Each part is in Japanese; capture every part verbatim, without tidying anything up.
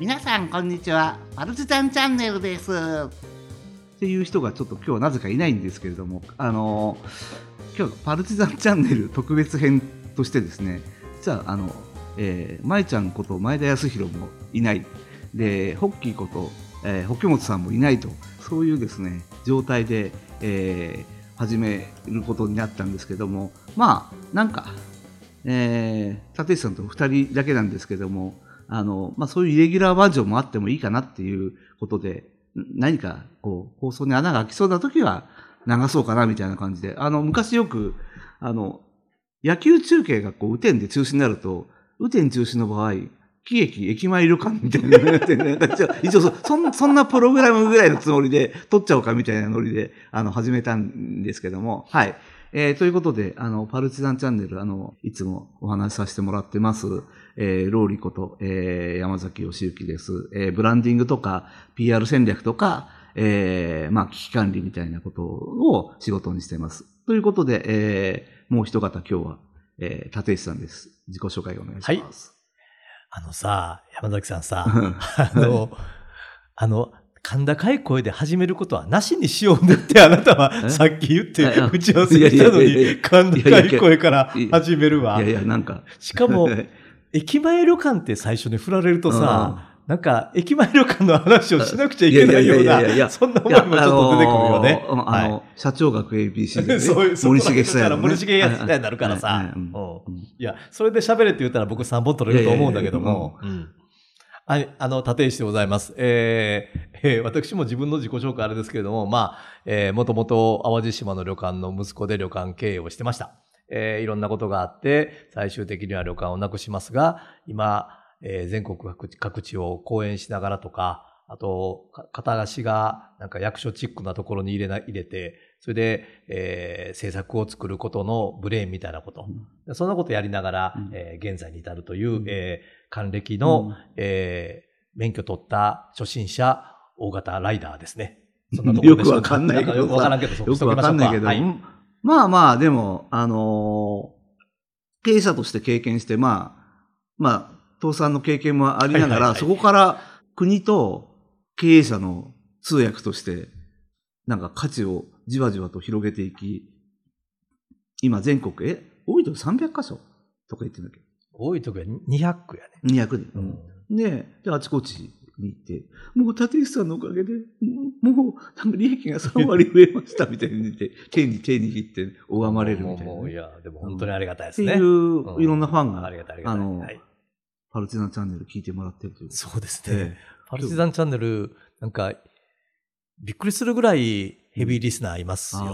皆さんこんにちは、パルチザンチャンネルですっていう人がちょっと今日はなぜかいないんですけれども、あの今日パルチザンチャンネル特別編としてですね、実はあの、えー、舞ちゃんこと前田康弘もいないで、ホッキーこと、えー、ホッケモトさんもいないと、そういうですね状態で、えー、始めることになったんですけども、まあなんか、えー、立石さんとふたりだけなんですけども、あの、まあ、そういうイレギュラーバージョンもあってもいいかなっていうことで、何かこう放送に穴が開きそうな時は流そうかなみたいな感じで、あの昔よくあの野球中継がこう雨天で中止になると、雨天中止の場合喜劇駅前旅館みたいなのやってね、一応 そ, そ, んそんなプログラムぐらいのつもりで撮っちゃおうかみたいなノリであの始めたんですけども、はい。えー、ということで、あの、パルチザンチャンネル、あの、いつもお話しさせてもらってます、えー、ローリこと、えー、山崎義之です。えー、ブランディングとか、ピーアール 戦略とか、えー、まあ、危機管理みたいなことを仕事にしています。ということで、えー、もう一方今日は、えー、立石さんです。自己紹介をお願いします。 はい。あのさ、山崎さんさ、あの、あの、甲高い声で始めることはなしにしようねってあなたはさっき言って打ち合わせしたのに、甲高い声から始めるわ。 いやいや、なんか。 しかも、駅前旅館って最初に振られるとさ、なんか駅前旅館の話をしなくちゃいけないような、そんな思いもちょっと出てくるよね。 あの、社長学 エービーシー でね。そういう、 森重スタイル。森重やスタイルになるからさ。いや、それで喋れって言ったら僕さんぼん取れると思うんだけども。はい、あの、立石でございます。えーえー、私も自分の自己紹介あれですけれども、まあ、えー、もともと淡路島の旅館の息子で旅館経営をしてました。えー、いろんなことがあって、最終的には旅館をなくしますが、今、えー、全国各地、各地を講演しながらとか、あと、片足がなんか役所チックなところに入れな、入れて、それで、えー、政策を作ることのブレーンみたいなこと。うん、そんなことやりながら、うん、えー、現在に至るという、うん、えー還暦の、うんえー、免許取った初心者大型ライダーですね。 そんなところでよくわかんないけど。 よくわからんけど、 よくわかんないけど。はい、まあまあ、でも、あのー、経営者として経験して、まあ、まあ、倒産の経験もありながら、はいはいはい、そこから国と経営者の通訳として、なんか価値をじわじわと広げていき、今全国、え、多いとさんびゃくかしょとか言ってんだっけ？ 多い時はにひゃくやね。 にひゃくで。うん、で、で、あちこちに行って、もう立石さんのおかげで、もう、なんか利益がさんわり増えましたみたいに言って、手に手握って拝まれるみたいな、ね。 もう、いや、でも本当にありがたいですね。 っていう、いろんなファンが、うん、 ありがたいありがたい。 あの、 はい、 パルチザンチャンネル聞いてもらってるという。 そうですね。えー、パルチザンチャンネル、なんか、びっくりするぐらいヘビーリスナーいますよ。うん、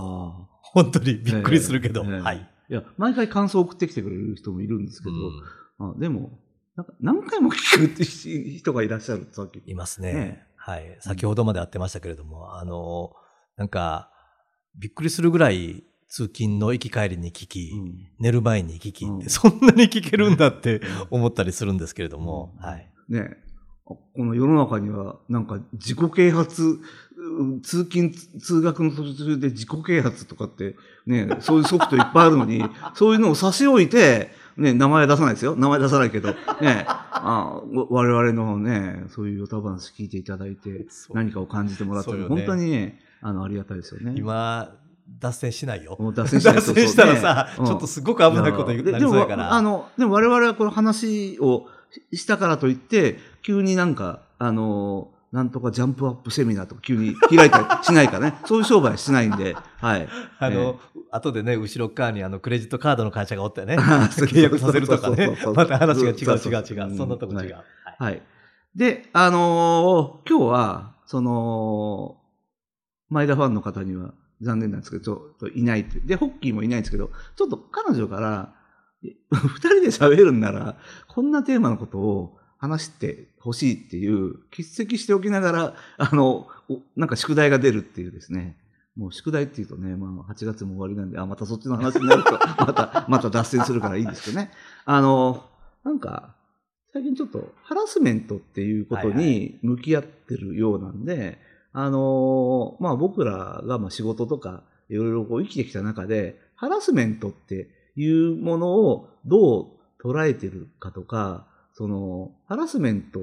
本当にびっくりするけど、えーえー、はい。 いや、毎回感想を送ってきてくれる人もいるんですけど、うん、あでも、なんか何回も聞くって人がいらっしゃるさっき。 いますね。ねはい。先ほどまで会ってましたけれども、うん、あの、なんか、びっくりするぐらい通勤の行き帰りに聞き、うん、寝る前に聞き、うん、そんなに聞けるんだって思ったりするんですけれども、うん、はい。 ねこの世の中には、なんか自己啓発、通勤、通学の途中で自己啓発とかって、ね、そういうソフトいっぱいあるのに、そういうのを差し置いて、ね、名前出さないですよ。名前出さないけど、ね、あ我々のね、そういう歌話聞いていただいて、何かを感じてもらってる、ね、本当にね、あの、ありがたいですよね。 今、脱線しないよ。 脱線しない。 脱線したらさ、ね、ちょっとすごく危ないことになりそうやから。 でも、あの、でも我々はこの話をしたからといって、急になんか、あの、なんとかジャンプアップセミナーとか急に開いたりしないからね。そういう商売はしないんで、はい。 あの、えー、後でね、後ろ側にあの、クレジットカードの会社がおったよね。契約させるとかね。また話が違う違う違う。そんなとこ違う。はい。 はい、で、あのー、今日は、その、前田ファンの方には残念なんですけど、ちょっといないって。で、ホッキーもいないんですけど、ちょっと彼女から、二人で喋るんなら、こんなテーマのことを、話してほしいっていう欠席しておきながら、あの、なんか宿題が出るっていうですね。もう宿題っていうとね、まあはちがつも終わりなんで、あ、またそっちの話になると、また、また脱線するからいいんですけどね。あの、なんか、最近ちょっとハラスメントっていうことに向き合ってるようなんで、はいはい、あの、まあ僕らがまあ仕事とかいろいろこう生きてきた中で、ハラスメントっていうものをどう捉えてるかとか、その、ハラスメントっ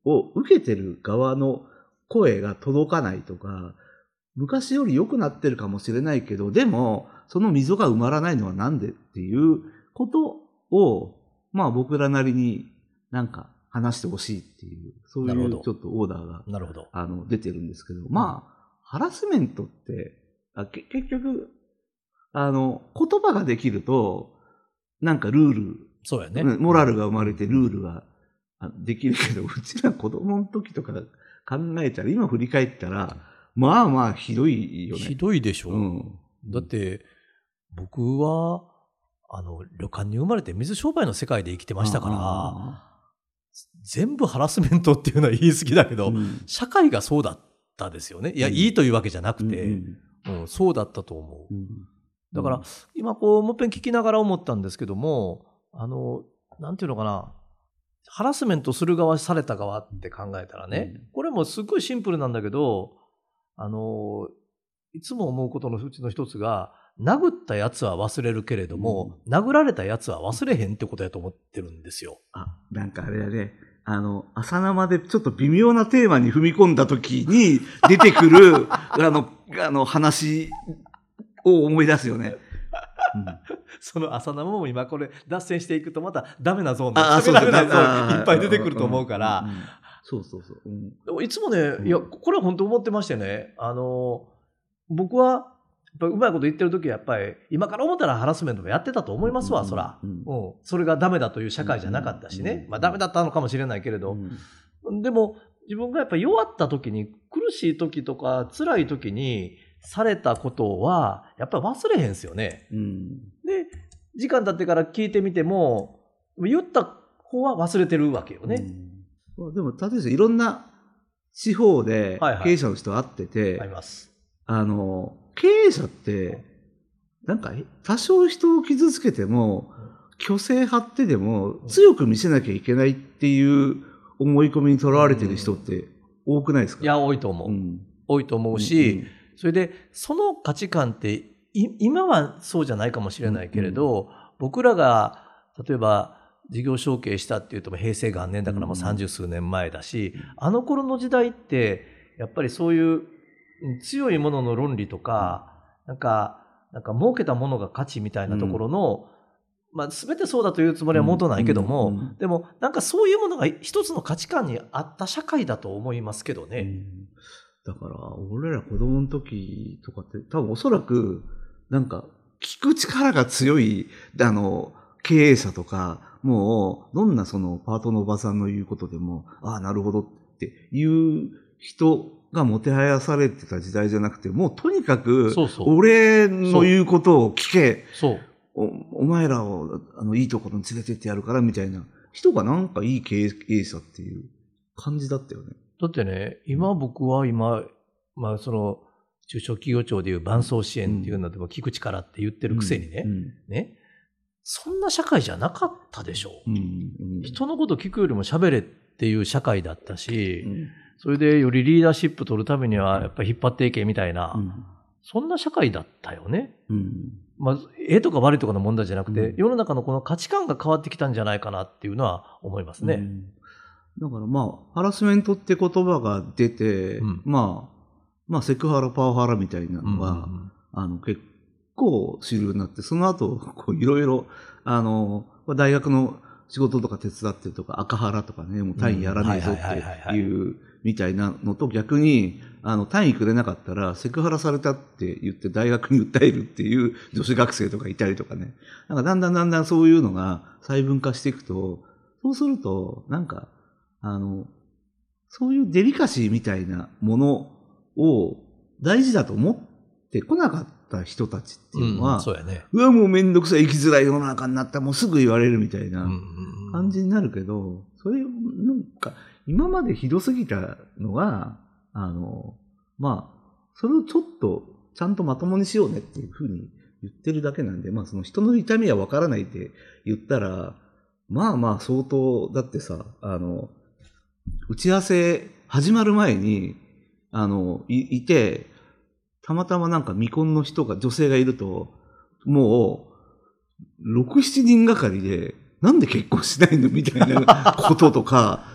を受けてる側の声が届かないとか、昔より良くなってるかもしれないけど、でも、その溝が埋まらないのはなんでっていうことを、まあ僕らなりになんか話してほしいっていう、そういうちょっとオーダーが、 なるほど。 あの、出てるんですけど、まあ、ハラスメントって、あけ結局、あの、言葉ができると、なんかルール、 そうやね。 モラルが生まれてルールができるけど、うちら子供の時とか考えたら、今振り返ったら、まあまあひどいよね。 ひどいでしょ。 うん、 だって、僕は、あの、旅館に生まれて水商売の世界で生きてましたから、全部ハラスメントっていうのは言い過ぎだけど、うん、社会がそうだったですよね。いや、うん、いいというわけじゃなくて、うんうんうん、そうだったと思う。うん、だから、今こう、もっぺん聞きながら思ったんですけども、あの、なんていうのかな、ハラスメントする側、された側って考えたらね、うん、これもすっごいシンプルなんだけど、あの、いつも思うことのうちの一つが、殴ったやつは忘れるけれども、うん、殴られたやつは忘れへんってことやと思ってるんですよ。 あ、なんかあれだね。あの、朝生でちょっと微妙なテーマに踏み込んだ時に出てくる、あの、あの話を思い出すよね。 うん、その朝生も今これ脱線していくとまたダメなゾーンでダメなゾーンいっぱい出てくると思うから。 そうそうそう。 うん、いつもね、うん、いや、これは本当思ってましてね、あの、僕は、やっぱうまいこと言ってるときはやっぱり、今から思ったらハラスメントもやってたと思いますわ、うん、そら、うんうん。それがダメだという社会じゃなかったしね。うん、まあダメだったのかもしれないけれど、うん、でも自分がやっぱり弱ったときに、苦しいときとか辛いときにされたことは、やっぱり忘れへんすよね。うん、で、時間経ってから聞いてみても、言った方は忘れてるわけよね。うんでも、例えばいろんな地方で経営者の人会ってて、はいはい、あります。あの、経営者って、なんか多少人を傷つけても、虚勢張ってでも強く見せなきゃいけないっていう思い込みにとらわれてる人って多くないですか？ いや、多いと思う。うん、多いと思うし、うんうん、それで、その価値観って今はそうじゃないかもしれないけれど、うんうん、僕らが、例えば、事業承継したっていうと平成元年だからもう三十数年前だし、うん、あの頃の時代ってやっぱりそういう強いものの論理とか、うん、なんかなんか儲けたものが価値みたいなところの、うん、まあ全てそうだというつもりはもとないけども、うんうん、でもなんかそういうものが一つの価値観にあった社会だと思いますけどね。うん、 だから俺ら子供の時とかって多分おそらくなんか聞く力が強いあの経営者とか。もう、どんなそのパートのおばさんの言うことでも、ああ、なるほどっていう人がもてはやされてた時代じゃなくて、もうとにかく、俺の言うことを聞け。そうお。お前らをあのいいところに連れてってやるからみたいな人がなんかいい経営者っていう感じだったよね。 だってね、今僕は今、まあその、中小企業庁でいう伴走支援っていうのでも聞く力って言ってるくせにね、うんうん、ね、そんな社会じゃなかったでしょう、うんうん、人のこと聞くよりも喋れっていう社会だったし、うん、それでよりリーダーシップ取るためにはやっぱり引っ張っていけみたいな、うん、そんな社会だったよね、うん、まあええとか悪いとかの問題じゃなくて、うん、世の中のこの価値観が変わってきたんじゃないかなっていうのは思いますね、うん、 だからまあハラスメントって言葉が出て、うん、まあまあセクハラパワハラみたいなのが、うんうんうん、あの結構結構主流になって、その後、こういろいろ、あの、大学の仕事とか手伝ってるとか、赤原とかね、もう単位やらねえぞっていう、みたいなのと逆に、あの、単位くれなかったら、セクハラされたって言って大学に訴えるっていう女子学生とかいたりとかね。なんかだんだんだんだんそういうのが細分化していくと、そうすると、なんか、あの、そういうデリカシーみたいなものを大事だと思ってこなかった。人たちっていうのは、うん、そうやね、うわもうめんどくさい生きづらい世の中になったらもうすぐ言われるみたいな感じになるけど、それなんか今までひどすぎたのがあのまあそれをちょっとちゃんとまともにしようねっていうふうに言ってるだけなんで、まあその人の痛みはわからないって言ったらまあまあ相当だってさ、あの打ち合わせ始まる前にあの い, いてたまたまなんか未婚の人が、女性がいると、もう、ろく、しちにんがかりで、なんで結婚しないのみたいなこととか、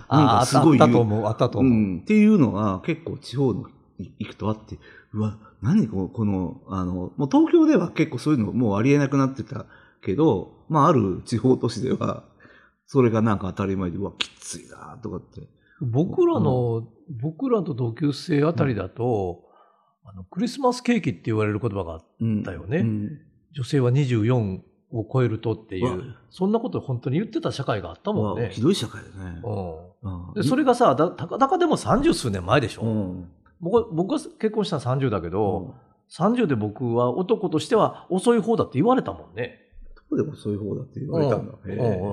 なんかすごいあったと思う、あったと思う。うん、 っていうのが結構地方に行くとあって、うわ、何この、この、あの、もう東京では結構そういうのもうありえなくなってたけど、まあある地方都市では、それがなんか当たり前で、うわ、きついなとかって。 僕らの、うん、僕らと同級生あたりだと、うん、あのクリスマスケーキって言われる言葉があったよね。うんうん、女性はにじゅうよんを超えるとっていう、そんなことを本当に言ってた社会があったもんね。 ひどい社会だね。 うん、でそれがさ、だたかだかでも三十数年前でしょ。うん、僕, 僕が結婚したのさんじゅうだけど、うん、さんじゅうで僕は男としては遅い方だって言われたもんね。 どこでも遅い方だって言われたんだ。 うん、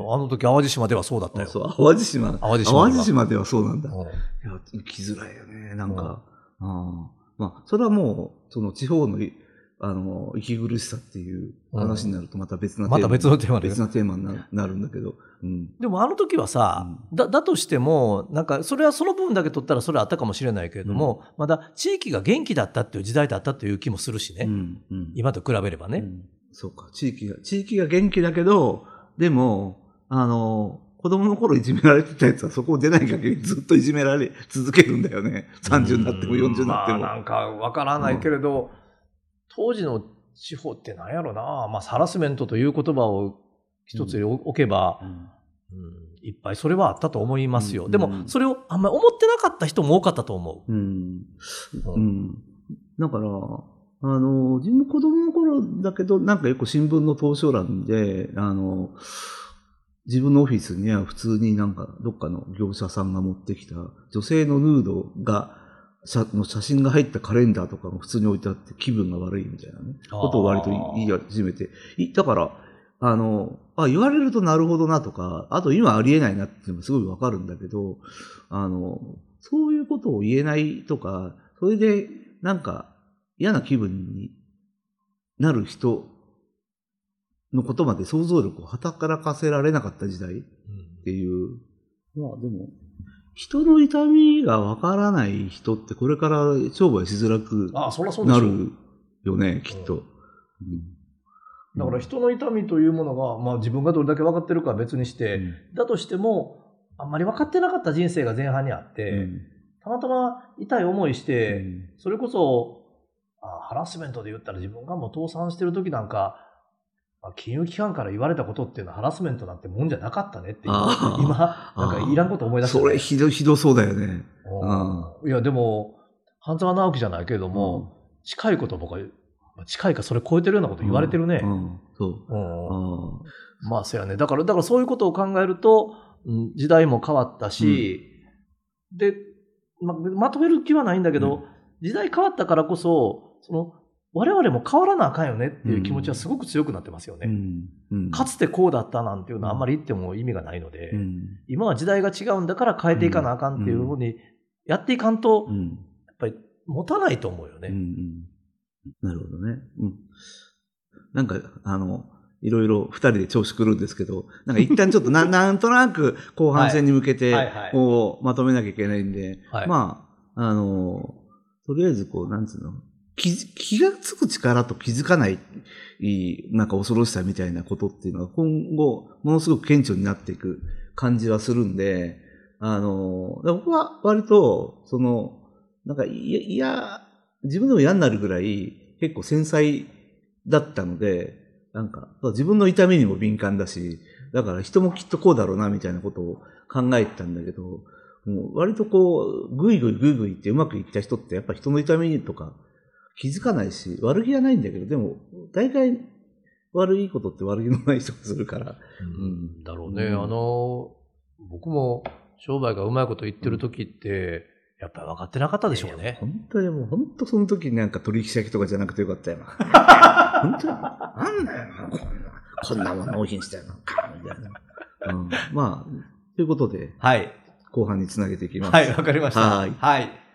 あの時淡路島ではそうだったよ。 そう、淡路島。淡路島。淡路島ではそうなんだ。うん、いや、生きづらいよね、なんか。うん、まあ、それはもう、その地方の、あの、息苦しさっていう話になるとまた別なテーマ、 また別のテーマで別なテーマになるんだけど。 うん、でもあの時はさ、うん、だ、だとしても、なんか、それはその分だけ取ったらそれはあったかもしれないけれども、うん、まだ地域が元気だったっていう時代だったっていう気もするしね。うんうん、今と比べればね、うん。そうか、 地域が、地域が元気だけど、でも、あの、子供の頃いじめられてたやつはそこを出ない限りずっといじめられ続けるんだよね。さんじゅうになってもよんじゅうになっても。 まあなんかわからないけれど、うん、当時の地方って何やろな、まあハラスメントという言葉を一つに置けば、うんうん、いっぱいそれはあったと思いますよ。うん、でもそれをあんまり思ってなかった人も多かったと思う。うんうん、だから、あの、自分も子供の頃だけど、なんかよく新聞の投書欄で、あの、自分のオフィスには普通になんかどっかの業者さんが持ってきた女性のヌードが、の写真が入ったカレンダーとかも普通に置いてあって気分が悪いみたいなね、ことを割と言い始めて。だから、あの、あ、言われるとなるほどなとか、あと今ありえないなっていうのもすごいわかるんだけど、あの、そういうことを言えないとか、それでなんか嫌な気分になる人のことまで想像力を働かせられなかった時代っていう。うん、まあでも、人の痛みがわからない人ってこれから商売しづらくなるよね、きっと。うんだから人の痛みというものが、まあ自分がどれだけ分かってるかは別にして、うん、だとしても、あんまり分かってなかった人生が前半にあって、うん、たまたま痛い思いして、うん、それこそあ、ハラスメントで言ったら自分がもう倒産してる時なんか、金融機関から言われたことっていうのはハラスメントなんてもんじゃなかったねっていう、今、なんかいらんこと思い出した、ね。 それひど、ひどそうだよね。 いや、でも、半沢直樹じゃないけれども、近いこと僕は、近いかそれ超えてるようなこと言われてるね。うんうん、そう。うん、まあそうやね。だから、だからそういうことを考えると、うん、時代も変わったし、うん、で、ま、まとめる気はないんだけど、うん、時代変わったからこそ、その、我々も変わらなあかんよねっていう気持ちはすごく強くなってますよね。うんうん、かつてこうだったなんていうのはあんまり言っても意味がないので、うん、今は時代が違うんだから変えていかなあかんっていうふうにやっていかんと、やっぱり持たないと思うよね。うんうんなるほどね。うん。なんか、あの、いろいろ二人で調子狂うんですけど、なんか一旦ちょっとな、なんとなく後半戦に向けて、こう、まとめなきゃいけないんで、はい、まあ、あの、とりあえずこう、なんつうの、気、気がつく力と気づかない、なんか恐ろしさみたいなことっていうのは今後、ものすごく顕著になっていく感じはするんで、あの、僕は割と、その、なんか、いや、自分でも嫌になるぐらい結構繊細だったので、なんか自分の痛みにも敏感だし、だから人もきっとこうだろうなみたいなことを考えてたんだけど、もう割とこうぐいぐいぐいぐいってうまくいった人ってやっぱ人の痛みとか気づかないし、悪気はないんだけど、でも大体悪いことって悪気のない人がするから。 うん、だろうね。うん、あの、僕も商売がうまいこと言ってる時って、うんやっぱり分かってなかったでしょうね。 本当にもう、本当その時なんか取引先とかじゃなくてよかったよな。本当に、なんだよな、こんな、こんなもの納品したよな、みたいな。うん、まあ、ということで、はい。後半につなげていきます。 はい、わかりました。はい。はい